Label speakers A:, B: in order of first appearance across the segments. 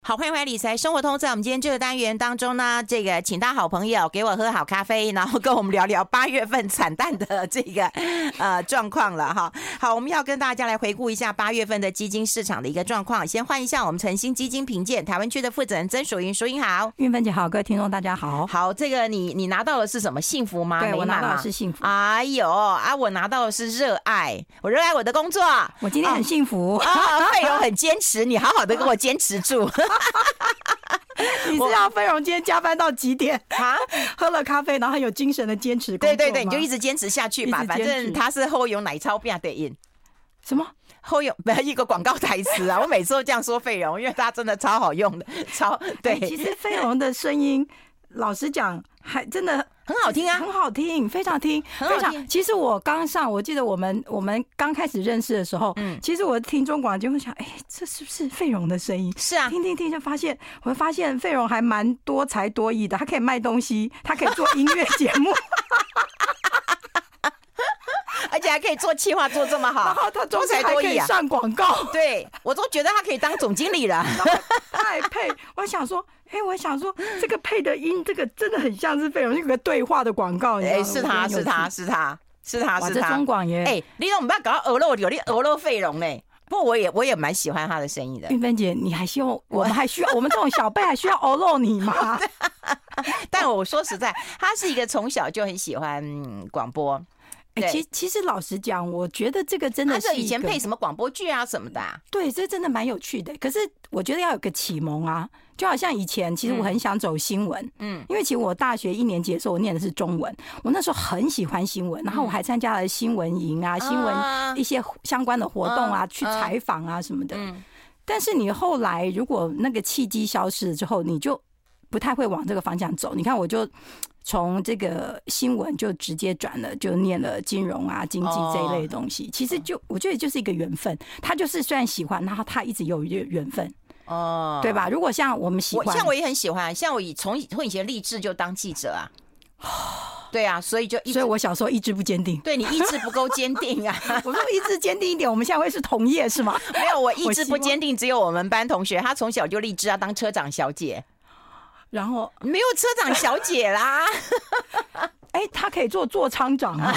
A: 好，欢迎回来理财生活通。在我们今天这个单元当中呢，这个请到好朋友给我喝好咖啡，然后跟我们聊聊8月份惨淡的这个状况了哈。好，我们要跟大家来回顾一下8月份的基金市场的一个状况。先换一下我们诚兴基金评鉴台湾区的负责人曾淑云，淑云好。
B: 韵芬姐好，各位听众大家好。
A: 好，这个你拿到的是什么？幸福吗？
B: 对，我拿到的是幸福。
A: 哎呦啊，我拿到的是热爱，我热爱我的工作。
B: 我今天很幸福
A: 费荣很坚持，你好好的跟我坚持住。
B: 你是要费荣今天加班到几点啊？喝了咖啡，然后很有精神的坚持工作吗？
A: 对对对，你就一直坚持下去吧。反正他是后有奶超变的印
B: 什么
A: 后有一个广告台词啊，我每次都这样说费荣，因为他真的超好用的，超对。
B: 其实费荣的声音，老实讲，还真的
A: 很好听啊，
B: 很好听，非常听，非常。其实我记得我们刚开始认识的时候，其实我听中广就会想，这是不是费荣的声音？
A: 是啊，
B: 听就我发现费荣还蛮多才多艺的，他可以卖东西，他可以做音乐节目。
A: 而且还可以做企划做这么好，
B: 然后他中间还可以上广告，
A: 对我都觉得他可以当总经理了。
B: 太配，我想说这个配的音，这个真的很像是费荣那个对话的广告，
A: 是他，
B: 哇，这中广耶，
A: 你怎么不要搞到鹅肉有你鹅肉费荣呢？不过我也蛮喜欢他的声音的。
B: 韵芬姐，你还希望我们这种小辈还需要鹅肉你吗？
A: 但我说实在，他是一个从小就很喜欢广播。
B: 其实老实讲，我觉得这个真的是
A: 以前配什么广播剧啊什么的
B: 对，这真的蛮有趣的。可是我觉得要有个启蒙啊，就好像以前其实我很想走新闻，因为其实我大学1年级的时候我念的是中文，我那时候很喜欢新闻，然后我还参加了新闻营啊，新闻一些相关的活动啊，去采访啊什么的。但是你后来如果那个契机消失了之后，你就不太会往这个方向走。你看，我就从这个新闻就直接转了，就念了金融啊、经济这一类的东西。其实我觉得就是一个缘分，他就是虽然喜欢，然后他一直有一个缘分。对吧？如果像我们喜欢，
A: 像我也很喜欢，像我从以前立志就当记者啊。对啊，所以
B: 我小时候意志不坚定。
A: 对，你意志不够坚定啊！
B: 我说意志坚定一点，我们现在会是同业是吗？
A: 没有，我意志不坚定，只有我们班同学，他从小就立志要当车长小姐。
B: 然后
A: 没有车长小姐啦。
B: 他可以做座舱长啊。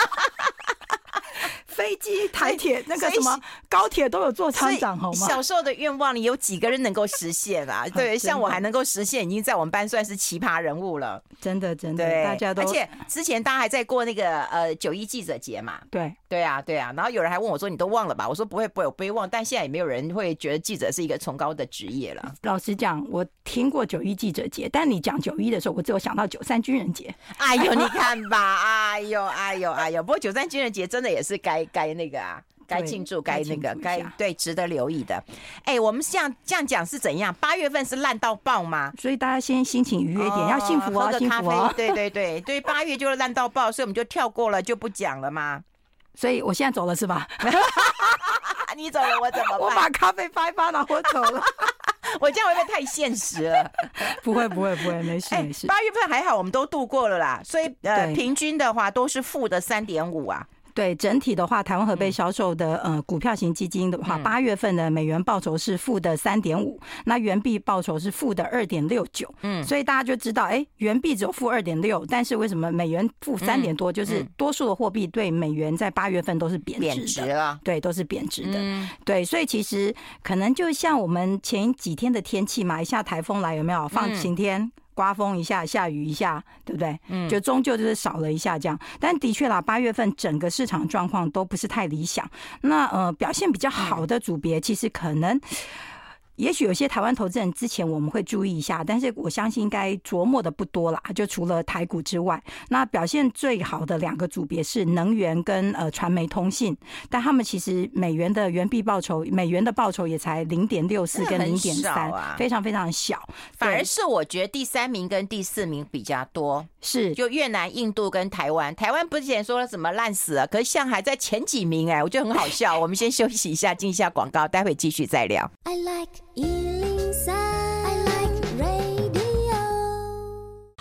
B: 飞机、台铁、那个什么高铁都有座舱长，好吗？
A: 小时候的愿望，你有几个人能够实现啊？对，像我还能够实现，已经在我们班算是奇葩人物了。
B: 真的，大家都。
A: 而且之前大家还在过那个9·1记者节嘛。对啊。然后有人还问我说：“你都忘了吧？”我说：“不会，我不会忘。”但现在也没有人会觉得记者是一个崇高的职业了。
B: 老实讲，我听过9·1记者节，但你讲9·1的时候，我只有想到93军人节。
A: 哎呦，你看吧，哎呦。不过93军人节真的也是该那个啊，该庆祝，该那个，对，值得留意的。我们这样讲是怎样？8月份是烂到爆吗？
B: 所以大家先心情愉悦一点，要幸福
A: 喝个咖啡。
B: 对
A: ，8月就是烂到爆，所以我们就跳过了，就不讲了嘛。
B: 所以我现在走了是吧？
A: 你走了，我怎么办？
B: 我把咖啡发一发，然后我走了。
A: 我这样会不会太现实了？
B: 不会，没事。8
A: 月份还好，我们都度过了啦，所以平均的话都是负的3.5啊。
B: 对，整体的话，台湾合备销售的股票型基金的话，8月份的美元报酬是负的3.5，那元币报酬是负的2.69。所以大家就知道，元币只有负2.6，但是为什么美元负3点多？就是多数的货币对美元在8月份都是贬值的，对，都是贬值的。对，所以其实可能就像我们前几天的天气嘛，一下台风来有没有？放晴天。刮风一下，下雨一下，对不对？就终究就是少了一下这样。但的确啦，8月份整个市场状况都不是太理想。那表现比较好的组别，其实可能。也许有些台湾投资人之前我们会注意一下，但是我相信应该琢磨的不多啦，就除了台股之外，那表现最好的2个组别是能源跟传媒通信，但他们其实美元的报酬也才 0.64 跟 0.3，非常非常小，
A: 反而是我觉得第3名跟第4名比较多，
B: 是
A: 就越南、印度跟台湾。台湾不是之前说了什么烂死了，可是像还在前几名我觉得很好笑。我们先休息一下，进一下广告，待会继续再聊。I like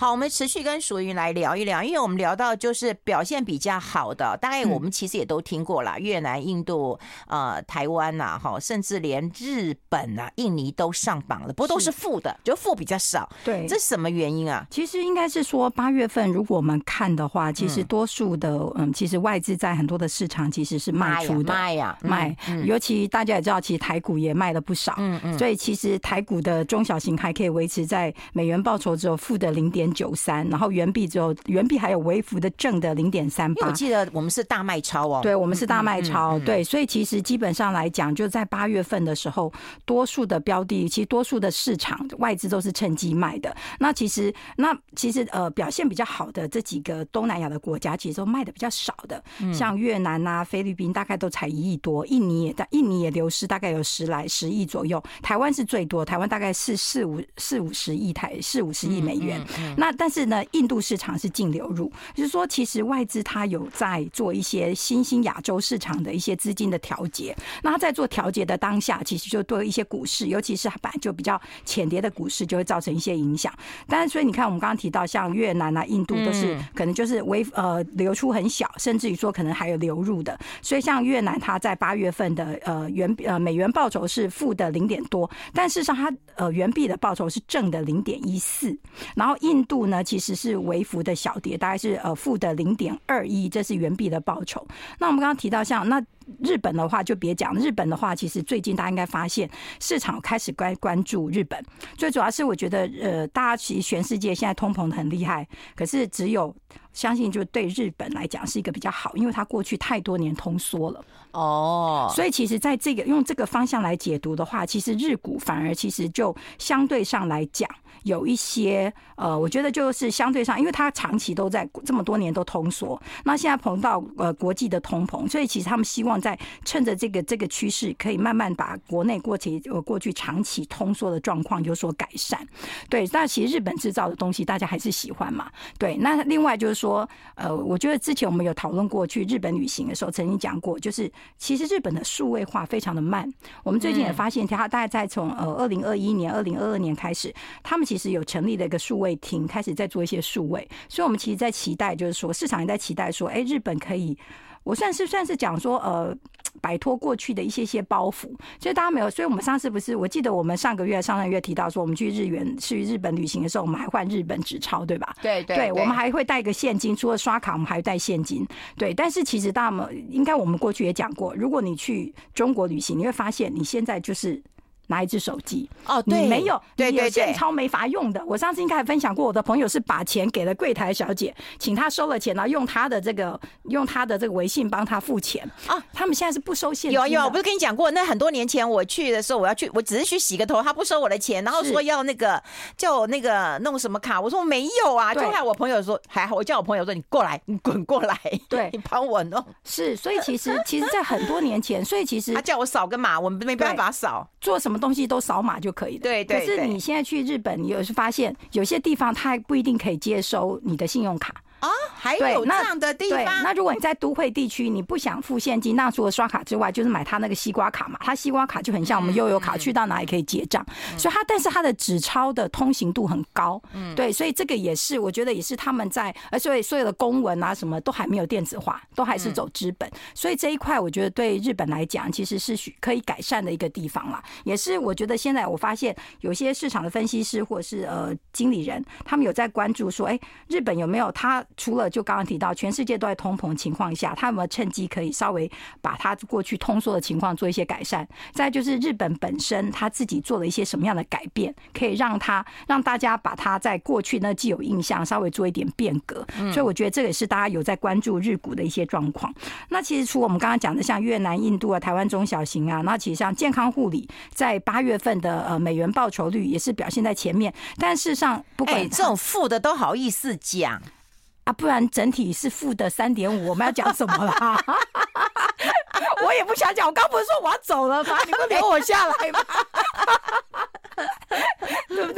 A: 好，我们持续跟淑云来聊一聊，因为我们聊到就是表现比较好的，大概我们其实也都听过啦，越南、印度、台湾呐，甚至连日本啊、印尼都上榜了，不过都是负的，就负比较少。
B: 对，
A: 这是什么原因啊？
B: 其实应该是说8月份，如果我们看的话，其实多数的其实外资在很多的市场其实是卖出的，卖，尤其大家也知道，其实台股也卖了不少，所以其实台股的中小型还可以维持在美元报酬只有负的0.93，然后元币还有微幅的正的0.38。因为
A: 我记得我们是大卖超哦，
B: 对，我们是大卖超，对，所以其实基本上来讲，就在8月份的时候，多数的标的，其实多数的市场外资都是趁机卖的。那其实表现比较好的这几个东南亚的国家，其实都卖的比较少的，像越南啊、菲律宾大概都才1亿多，印尼也流失大概有10亿左右，台湾是最多，台湾大概是40-50亿美元。那但是呢，印度市场是净流入，就是说其实外资它有在做一些新兴亚洲市场的一些资金的调节。那它在做调节的当下，其实就对一些股市，尤其是它本来就比较浅跌的股市，就会造成一些影响。但是所以你看，我们刚刚提到像越南啊、印度都是可能就是流出很小，甚至于说可能还有流入的。所以像越南，它在8月份的美元报酬是负的0.多，但事实上它元币的报酬是正的0.14。然后印度呢，其实是微幅的小跌，大概是负的0.21，这是元币的报酬。那我们刚刚提到像那日本的话就别讲，日本的话其实最近大家应该发现市场开始关注日本，最主要是我觉得大家其实全世界现在通膨的很厉害，可是只有相信就对日本来讲是一个比较好，因为它过去太多年通缩了所以其实在用这个方向来解读的话，其实日股反而其实就相对上来讲有一些我觉得就是相对上，因为它长期都在这么多年都通缩，那现在碰到国际的通膨，所以其实他们希望在趁着这个趋势，可以慢慢把国内过去长期通缩的状况有所改善。对，那其实日本制造的东西大家还是喜欢嘛。对，那另外就是说我觉得之前我们有讨论过去日本旅行的时候，曾经讲过，就是其实日本的数位化非常的慢。我们最近也发现，它大概在从2021年、2022年开始，他们其实有成立了一个数位厅，开始在做一些数位。所以我们其实在期待，就是说市场也在期待说，日本可以，我算是讲说摆脱过去的一些包袱。所以大家没有，所以我们上次不是，我记得我们上个月提到说，我们去日本旅行的时候，我们还换日本纸钞，对吧？对，我们还会带一个现金，除了刷卡，我们还会带现金。对，但是其实应该我们过去也讲过，如果你去中国旅行，你会发现你现在就是拿一只手机
A: 对，
B: 你没有，你有现钞没法用的。我上次应该还分享过，我的朋友是把钱给了柜台小姐，请她收了钱，然后用她的这个微信帮她付钱他们现在是不收现金的。
A: 有，我不是跟你讲过，那很多年前我去的时候，我只是去洗个头，他不收我的钱，然后说要叫我弄什么卡，我说没有啊，就害我朋友说，还好我叫我朋友说你过来，你滚过来，
B: 对，
A: 你帮我弄。
B: 是，所以其实在很多年前，所以其实
A: 他叫我扫个码，我们没办法扫，
B: 做什么东西都扫码就可以了。
A: 对，
B: 可是你现在去日本，你有时发现有些地方它还不一定可以接收你的信用卡。
A: 还有这样的地方。
B: 那如果你在都会地区，你不想付现金，那除了刷卡之外，就是买他那个西瓜卡嘛。他西瓜卡就很像我们悠游卡，去到哪里可以结账。所以但是它的纸钞的通行度很高。对，所以这个也是我觉得也是他们在，所以所有的公文啊什么都还没有电子化，都还是走纸本。所以这一块我觉得对日本来讲，其实是可以改善的一个地方啦。也是我觉得现在我发现有些市场的分析师或者是经理人，他们有在关注说，日本有没有他除了就刚刚提到全世界都在通膨情况下，他有没有趁机可以稍微把他过去通缩的情况做一些改善。再就是日本本身他自己做了一些什么样的改变，可以让大家把他在过去那既有印象稍微做一点变革。所以我觉得这个也是大家有在关注日股的一些状况。那其实除了我们刚刚讲的像越南、印度啊、台湾中小型啊，那其实像健康护理在8月份的美元报酬率也是表现在前面。但事实上不管
A: 这种负的都好意思讲
B: 不然整体是负的3.5，我们要讲什么啦？我也不想讲，我刚不是说我要走了吗？你不留我下来吗？对不对？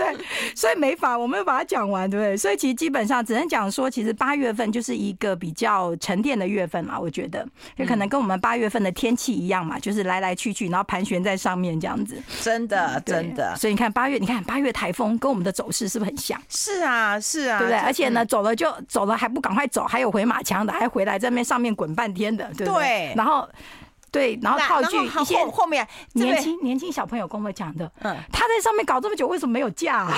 B: 对，所以没法，我没有把它讲完，对不对？所以其实基本上只能讲说，其实8月份就是一个比较沉淀的月份嘛，我觉得就可能跟我们8月份的天气一样嘛，就是来来去去，然后盘旋在上面这样子。
A: 真的，真的。
B: 所以你看8月台风跟我们的走势是不是很像？
A: 是啊，是啊，
B: 对不对？而且呢，走了还不赶快走，还有回马枪的，还回来在那边上面滚半天的，对不对？然后。对，然后套句一些
A: 后面
B: 年轻小朋友跟我讲的，他在上面搞这么久，为什么没有假啊？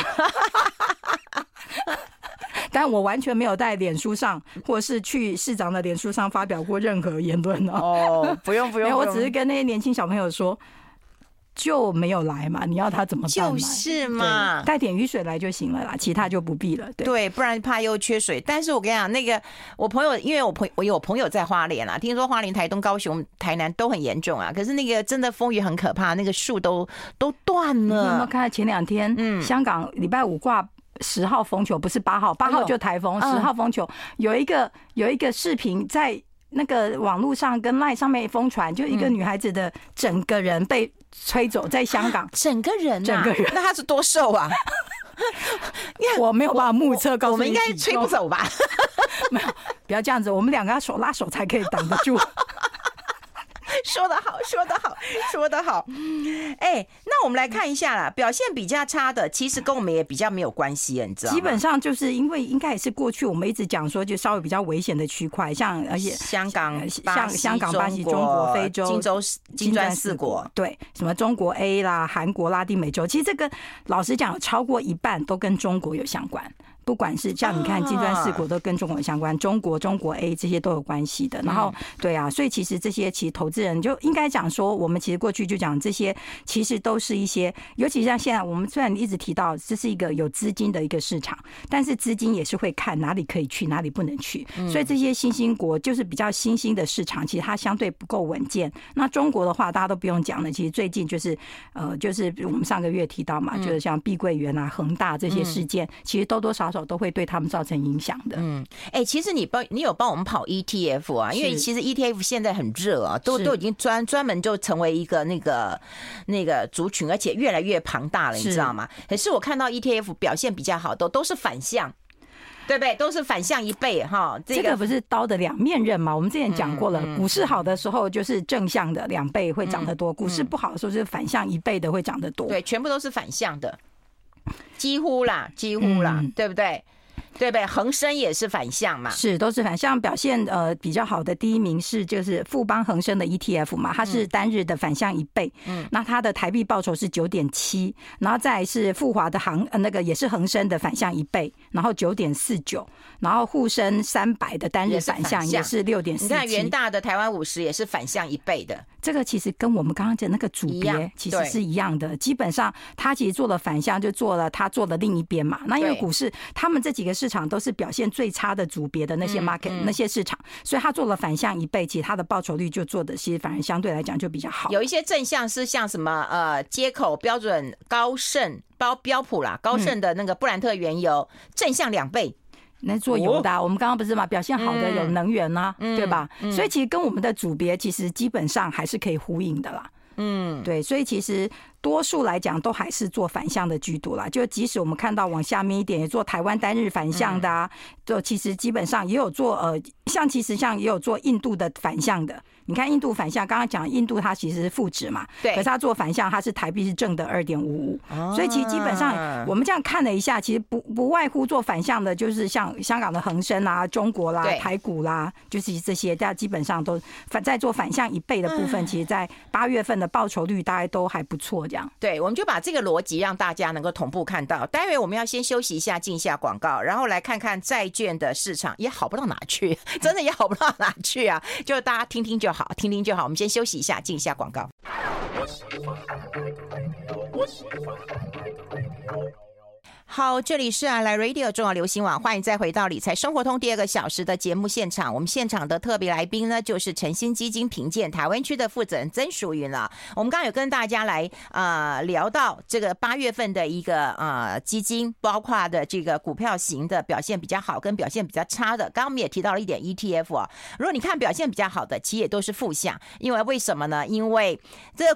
B: 但我完全没有在脸书上，或者是去市长的脸书上发表过任何言论
A: 哦。不用，
B: 我只是跟那些年轻小朋友说。就没有来嘛，你要他怎么办嘛？
A: 就是嘛，
B: 带点雨水来就行了啦，其他就不必了。
A: 对，不然怕又缺水。但是我跟你讲，那个我朋友，因为我有朋友在花莲啦，听说花莲、台东、高雄、台南都很严重啊。可是那个真的风雨很可怕，那个树都断了。
B: 你有没有看前2天，香港礼拜5挂10号风球，不是8号，8号就台风，10号风球，有一个视频在那个网络上跟 LINE 上面疯传，就一个女孩子的整个人被吹走，在香港，
A: 整个人，那她是多瘦啊？
B: 我没有办法目测，告诉你，
A: 我们应该吹不走吧？
B: 没有，不要这样子，我们2个要手拉手才可以挡得住。
A: 说得好，说得好，说得好。哎，那我们来看一下啦，表现比较差的，其实跟我们也比较没有关系，你知道吗？
B: 基本上就是因为应该也是过去我们一直讲说，就稍微比较危险的区块，像而且
A: 香港、
B: 巴西、中国、非洲、
A: 金砖4国，
B: 对，什么中国 A 啦、韩国、拉丁美洲，其实这个老实讲，超过一半都跟中国有相关。不管是像你看金砖4国都跟中国相关，中国 A 这些都有关系的。然后对啊，所以其实这些其实投资人就应该讲说，我们其实过去就讲这些其实都是一些，尤其像现在我们虽然一直提到这是一个有资金的一个市场，但是资金也是会看哪里可以去，哪里不能去。所以这些新兴国就是比较新兴的市场，其实它相对不够稳健。那中国的话，大家都不用讲了，其实最近就是我们上个月提到嘛，就是像碧桂园啊、恒大这些事件，其实多多少少都会对他们造成影响的。
A: 其实你有帮我们跑 ETF 啊，因为其实 ETF 现在很热啊，都已经专门就成为一个那个族群，而且越来越庞大了，你知道吗？可是我看到 ETF 表现比较好的都是反向。对不对？都是反向1倍哈，
B: 这个不是刀的2面刃吗？我们之前讲过了，股市好的时候就是正向的2倍会涨得多，股市不好的时候是反向1倍的会涨得多。
A: 对，全部都是反向的，几乎啦，对不对？对不对？恒生也是反向嘛，
B: 是都是反向表现。比较好的第一名是就是富邦恒生的 ETF 嘛，它是单日的反向1倍，那它的台币报酬是 9.7， 然后再来是富华的那个也是恒生的反向1倍，然后 9.49， 然后沪深300的单日反向也是 6.47。
A: 你看元大的台湾50也是反向1倍的，
B: 这个其实跟我们刚刚讲那个组别其实是一样的，基本上它其实做了反向，就他做了另一边嘛。那因为股市他们这几个市场都是表现最差的组别的那些 market，那些市场，所以他做了反向1倍，其实他的报酬率就做的其实反而相对来讲就比较好。
A: 有一些正向是像什么街口标准高盛标普啦，高盛的那个布兰特原油正向2倍。
B: 那做油的我们刚刚不是嘛，表现好的有能源啊，对吧？所以其实跟我们的组别其实基本上还是可以呼应的啦。对，所以其实多数来讲都还是做反向的居多啦。就即使我们看到往下面一点，也做台湾单日反向的啊，就其实基本上也有做其实也有做印度的反向的。你看印度反向，刚刚讲印度它其实是负值嘛，对，可是它做反向，它是台币是正的 2.55，所以其实基本上我们这样看了一下，其实不外乎做反向的，就是像香港的恒生啦、中国啦、台股啦，就是这些，大家基本上都在做反向1倍的部分，其实在8月份的报酬率大概都还不错，这样。
A: 对，我们就把这个逻辑让大家能够同步看到。待会我们要先休息一下，进一下广告，然后来看看债券的市场也好不到哪去，真的也好不到哪去啊！就大家听听就好。我们先休息一下，进一下广告。好，这里是来 Radio 中华流行网，欢迎再回到理财生活通第2个小时的节目现场。我们现场的特别来宾呢，就是诚信基金评鉴台湾区的负责人曾淑云了。我们刚刚有跟大家来聊到这个8月份的一个基金，包括的这个股票型的表现比较好跟表现比较差的。刚刚我们也提到了一点 ETF 啊，如果你看表现比较好的，其实也都是负向，因为什么呢？因为这个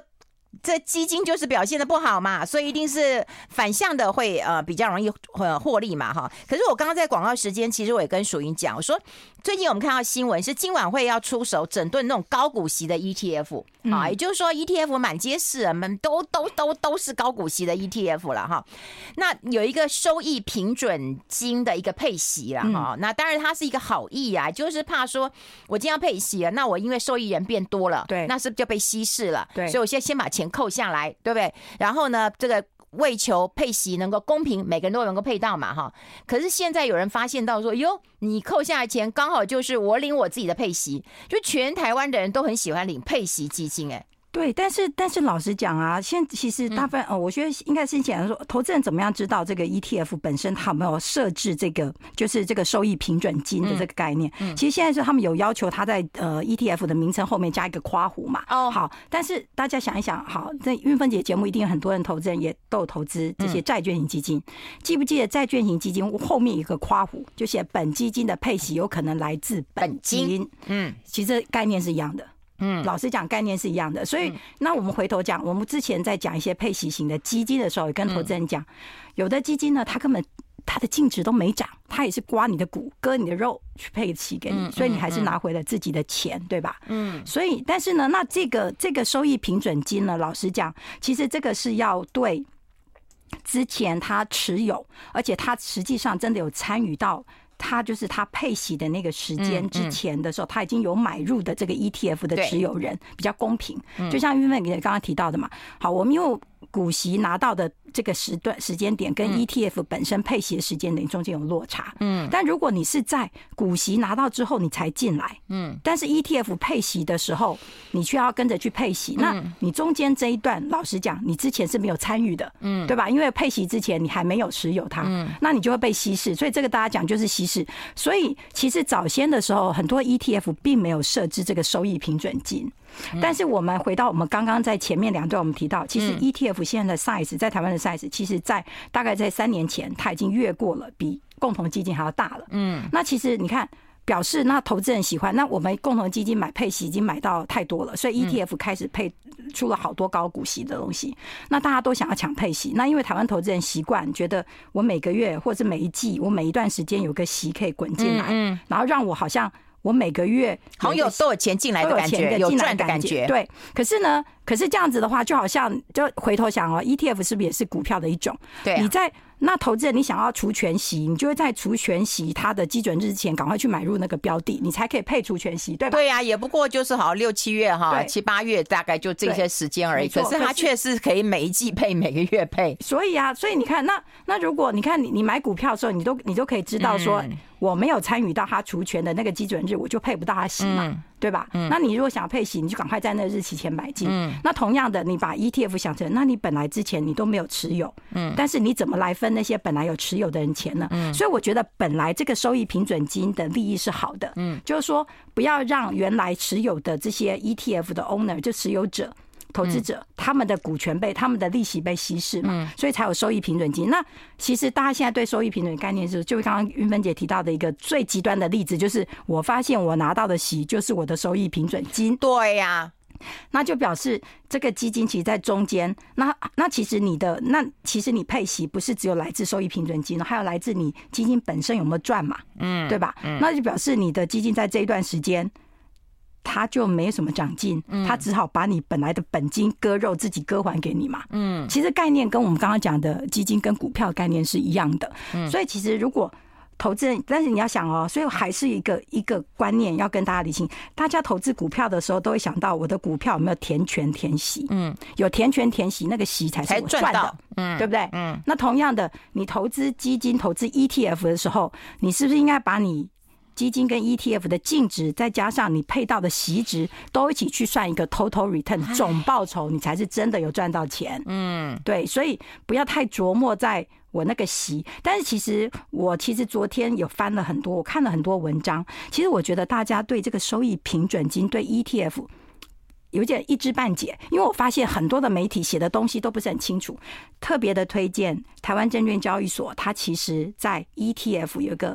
A: 这基金就是表现的不好嘛，所以一定是反向的会比较容易获利嘛哈。可是我刚刚在广告时间，其实我也跟淑英讲，我说最近我们看到新闻是金管会要出手整顿那种高股息的 ETF 啊，也就是说 ETF 满街是人们都是高股息的 ETF 了哈。那有一个收益平准金的一个配息了哈，那当然它是一个好意啊，就是怕说我今天要配息了，那我因为受益人变多了，
B: 对，
A: 那是不是就被稀释了？
B: 对，
A: 所以我现在先把钱扣下来，对不对？然后呢，这个为求配息能够公平，每个人都能够配到嘛，哈。可是现在有人发现到说，哟，你扣下来钱刚好就是我领我自己的配息，就全台湾的人都很喜欢领配息基金，哎。
B: 对，但是老实讲啊，其实大部分我觉得应该先讲说，投资人怎么样知道这个 ETF 本身它有没有设置这个就是这个收益平准金的这个概念？其实现在是他们有要求他在ETF 的名称后面加一个括弧嘛。哦，好，但是大家想一想，好，在韵芬姐节目一定有很多人投资人也都有投资这些债券型基金，记不记得债券型基金后面有一个括弧，就写本基金的配息有可能来自本金。其实概念是一样的。老实讲，概念是一样的，所以那我们回头讲，我们之前在讲一些配息型的基金的时候，也跟投资人讲，有的基金呢，它根本它的净值都没涨，它也是刮你的骨、割你的肉去配息给你，所以你还是拿回了自己的钱，对吧？所以但是呢，那这个收益平准金呢，老实讲，其实这个是要对之前他持有，而且他实际上真的有参与到。他就是他配息的那个时间之前的时候，他已经有买入的这个 ETF 的持有人，比较公平。就像韵芬刚刚提到的嘛，好，我们因为股息拿到的这个时间点跟 ETF 本身配息的时间点中间有落差。但如果你是在股息拿到之后你才进来，但是 ETF 配息的时候你却要跟着去配息，那你中间这一段老实讲，你之前是没有参与的，对吧？因为配息之前你还没有持有它，那你就会被稀释。所以这个大家讲就是稀释。所以其实早先的时候，很多 ETF 并没有设置这个收益平准金。但是我们回到我们刚刚在前面两段我们提到，其实 ETF 现在的 size 在台湾的 size， 其实在大概在3年前，它已经越过了比共同基金还要大了。那其实你看。表示那投资人喜欢，那我们共同基金买配息已经买到太多了，所以 ETF 开始配出了好多高股息的东西，那大家都想要抢配息。那因为台湾投资人习惯觉得我每个月或者每一季我每一段时间有个息可以滚进来，然后让我好像我每个月
A: 好像都有钱进来的感觉，有赚的感觉。
B: 对，可是这样子的话，就好像就回头想哦 ，ETF 是不是也是股票的一种？
A: 对、啊，
B: 你在那投资人你想要除权息，你就会在除权息它的基准日前赶快去买入那个标的，你才可以配除权息，对吧？
A: 对呀、啊，也不过就是好6、7月哈，7、8月大概就这些时间而已。可是它确实可以每一季配，每个月配。
B: 所以啊，所以你看，那如果你看你买股票的时候，你就可以知道说，我没有参与到它除权的那个基准日，我就配不到它息嘛。对吧？那你如果想配息，你就赶快在那个日期前买进。那同样的，你把 ETF 想成，那你本来之前你都没有持有，但是你怎么来分那些本来有持有的人钱呢？所以我觉得本来这个收益平准金的利益是好的，就是说不要让原来持有的这些 ETF 的 owner 就持有者。投资者他们的股权被他们的利息被稀释嘛，所以才有收益平准金。那其实大家现在对收益平准概念是，就是刚刚韵芬姐提到的一个最极端的例子，就是我发现我拿到的息就是我的收益平准金。
A: 对呀、啊。
B: 那就表示这个基金其实在中间，那其实你配息不是只有来自收益平准金，还有来自你基金本身有没有赚嘛，对吧？那就表示你的基金在这一段时间。他就没什么长进，他只好把你本来的本金割肉自己割还给你嘛。其实概念跟我们刚刚讲的基金跟股票的概念是一样的。所以其实如果投资人，但是你要想哦，所以还是一个观念要跟大家理清。大家投资股票的时候都会想到我的股票有没有填权填息，有填权填息那个息才是我赚的，对不对？那同样的，你投资基金、投资 ETF 的时候，你是不是应该把你基金跟 ETF 的净值，再加上你配到的息值，都一起去算一个 total return 总报酬，你才是真的有赚到钱。对，所以不要太琢磨在我那个息。但是其实昨天有翻了很多，我看了很多文章。其实我觉得大家对这个收益平准金、对 ETF 有点一知半解，因为我发现很多的媒体写的东西都不是很清楚。特别的推荐台湾证券交易所，它其实在 ETF 有一个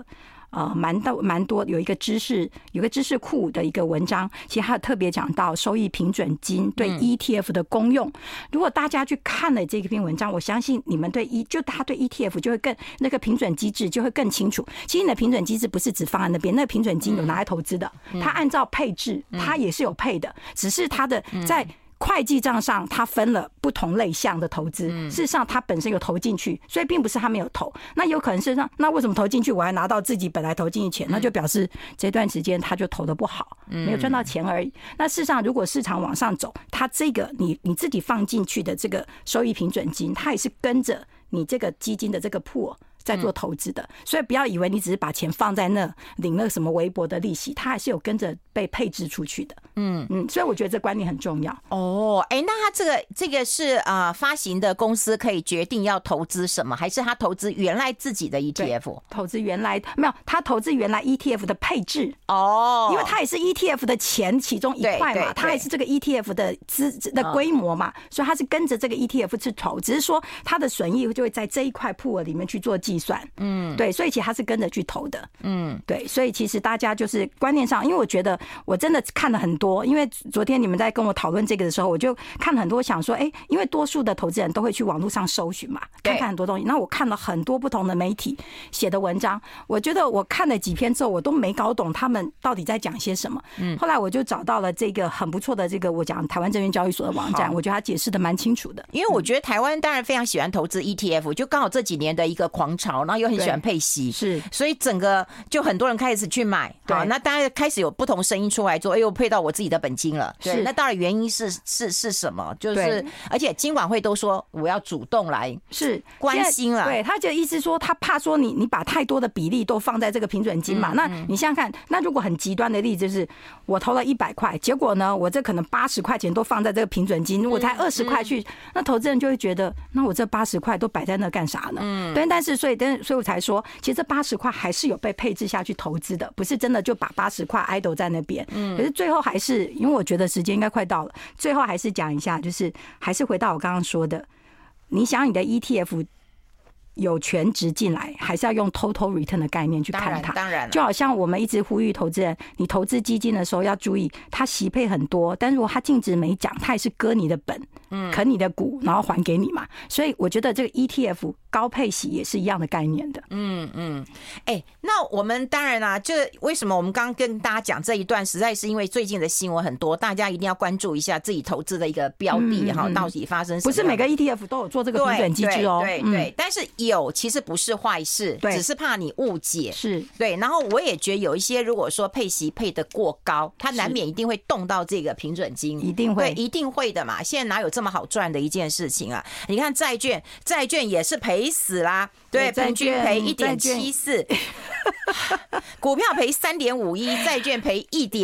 B: 蛮多有一个知识库的一个文章，其实它特别讲到收益平准金对 ETF 的功用。如果大家去看了这篇文章，我相信你们他对 ETF 就会更那个平准机制就会更清楚。其实你的平准机制不是只放在那边，那个平准金有拿来投资的，它按照配置，它也是有配的，只是它的在会计账上它分了不同类项的投资，事实上它本身有投进去，所以并不是它没有投。那有可能是那为什么投进去我还拿到自己本来投进去钱，那就表示这段时间他就投的不好，没有赚到钱而已。那事实上如果市场往上走，它这个你自己放进去的这个收益平准金，它也是跟着你这个基金的这个pool在做投资的，所以不要以为你只是把钱放在那领那什么微薄的利息，它还是有跟着被配置出去的。所以我觉得这观念很重要。
A: 那他这个是发行的公司可以决定要投资什么，还是他投资原来自己的 ETF？
B: 投资原来没有，他投资原来 ETF 的配置因为他也是 ETF 的钱其中一块嘛，他也是这个 ETF 的规模嘛，所以他是跟着这个 ETF 去投，只是说他的损益就会在这一块pool里面去做计算。对，所以其实他是跟着去投的。对，所以其实大家就是观念上，因为我觉得我真的看了很多，因为昨天你们在跟我讨论这个的时候，我就看了很多，想说因为多数的投资人都会去网络上搜寻嘛，看很多东西。那我看了很多不同的媒体写的文章，我觉得我看了几篇之后，我都没搞懂他们到底在讲些什么。后来我就找到了这个很不错的这个我讲台湾证券交易所的网站，我觉得他解释的蛮清楚的。
A: 因为我觉得台湾当然非常喜欢投资 ETF， 就刚好这几年的一个狂潮，然后又很喜欢配息，
B: 是，
A: 所以整个就很多人开始去买。好，那当然开始有不同声音出来说，我配到我自己的本金了。对，那当然原因是什么？就是而且金管会都说我要主动来关心了。
B: 对，他就意思说他怕说你把太多的比例都放在这个平准金嘛。那你想想看，那如果很极端的例子就是我投了100块，结果呢我这可能80块钱都放在这个平准金，我才20块去，那投资人就会觉得那我这80块都摆在那干啥呢？对，但是所以我才说，其实这80块还是有被配置下去投资的，不是真的就把80块 idle 在那边。可是最后还是，因为我觉得时间应该快到了，最后还是讲一下，就是还是回到我刚刚说的，你想你的 ETF 有全值进来，还是要用 total return 的概念去看它。
A: 当然，
B: 就好像我们一直呼吁投资人，你投资基金的时候要注意，它息配很多，但如果它净值没涨，它也是割你的本，啃你的股，然后还给你嘛。所以我觉得这个 ETF 高配息也是一样的概念的。
A: 那我们当然啦，这为什么我们刚刚跟大家讲这一段，实在是因为最近的新闻很多，大家一定要关注一下自己投资的一个标的到底发生什么。
B: 不是每个 ETF 都有做这个平准机制哦。
A: 对，但是其实不是坏事，只是怕你误解。
B: 是，
A: 对。然后我也觉得有一些，如果说配息配得过高，它难免一定会动到这个平准金，
B: 一定会，
A: 对，一定会的嘛。现在哪有这么好赚的一件事情啊？你看债券也是赔死啦，对，平均赔1.74，股票赔3.51，债券赔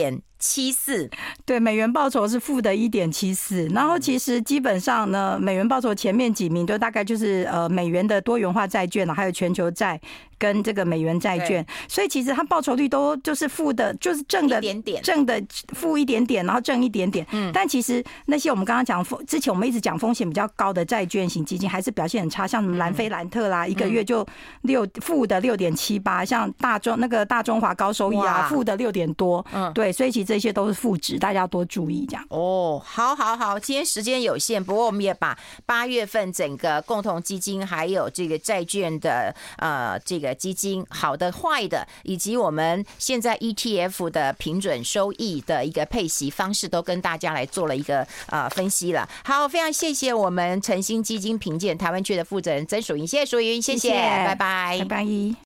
A: 1.74，
B: 对，美元报酬是负的1.74，然后其实基本上呢，美元报酬前面几名就大概就是美元的多元化债券还有全球债跟这个美元债券，所以其实它报酬率都就是负的，就是正的正的负一点点，然后正一点点。但其实那些我们刚刚讲之前我们一直讲风险比较高的债券型基金还是表现很差，像什么兰菲兰特啦，一个月就负的6.78，像大中华高收益啊，负的6点多。对，所以其实这些都是负值，大家要多注意这样。
A: 好，今天时间有限，不过我们也把8月份整个共同基金还有这个债券的这个基金好的坏的，以及我们现在 ETF 的平准收益的一个配息方式，都跟大家来做了一个分析了。好，非常谢谢我们诚兴基金评鉴台湾区的负责人曾淑云，谢谢淑云，谢谢，拜拜，
B: 拜拜。